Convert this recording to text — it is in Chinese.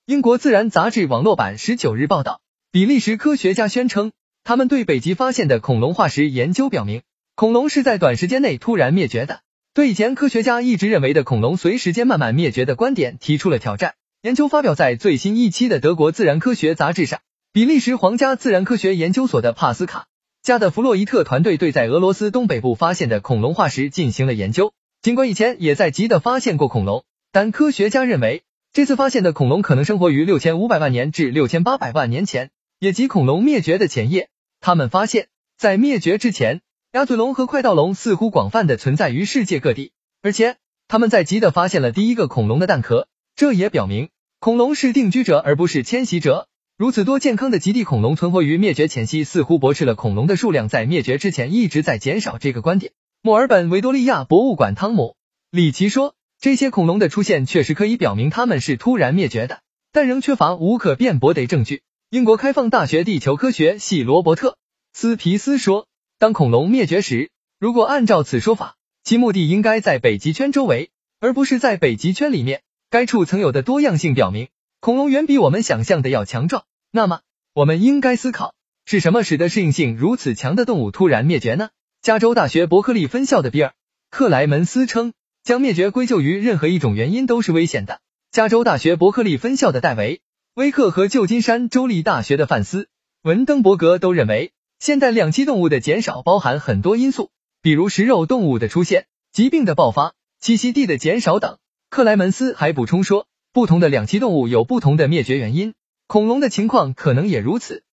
英国自然杂志网络版19日报道，比利时科学家宣称，他们对北极发现的恐龙化石研究表明，恐龙是在短时间内突然灭绝的，对以前科学家一直认为的恐龙随时间慢慢灭绝的观点提出了挑战。研究发表在最新一期的德国自然科学杂志上，比利时皇家自然科学研究所的帕斯卡加的弗洛伊特团队对在俄罗斯东北部发现的恐龙化石进行了研究。尽管以前也在极地发现过恐龙，但科学家认为这次发现的恐龙可能生活于6500万年至6800万年前，也即恐龙灭绝的前夜。他们发现，在灭绝之前，鸭嘴龙和快盗龙似乎广泛的存在于世界各地，而且他们在极地发现了第一个恐龙的蛋壳，这也表明恐龙是定居者而不是迁徙者。如此多健康的极地恐龙存活于灭绝前夕，似乎驳斥了恐龙的数量在灭绝之前一直在减少这个观点。墨尔本维多利亚博物馆汤姆·里奇说，这些恐龙的出现确实可以表明它们是突然灭绝的，但仍缺乏无可辩驳的证据。英国开放大学地球科学系罗伯特·斯皮斯说，当恐龙灭绝时，如果按照此说法，其目的应该在北极圈周围，而不是在北极圈里面。该处曾有的多样性表明，恐龙远比我们想象的要强壮。那么，我们应该思考，是什么使得适应性如此强的动物突然灭绝呢？加州大学伯克利分校的比尔·克莱门斯称，将灭绝归咎于任何一种原因都是危险的。加州大学伯克利分校的戴维·威克和旧金山州立大学的范斯·文登伯格都认为，现代两栖动物的减少包含很多因素，比如食肉动物的出现、疾病的爆发、栖息地的减少等。克莱门斯还补充说，不同的两栖动物有不同的灭绝原因，恐龙的情况可能也如此。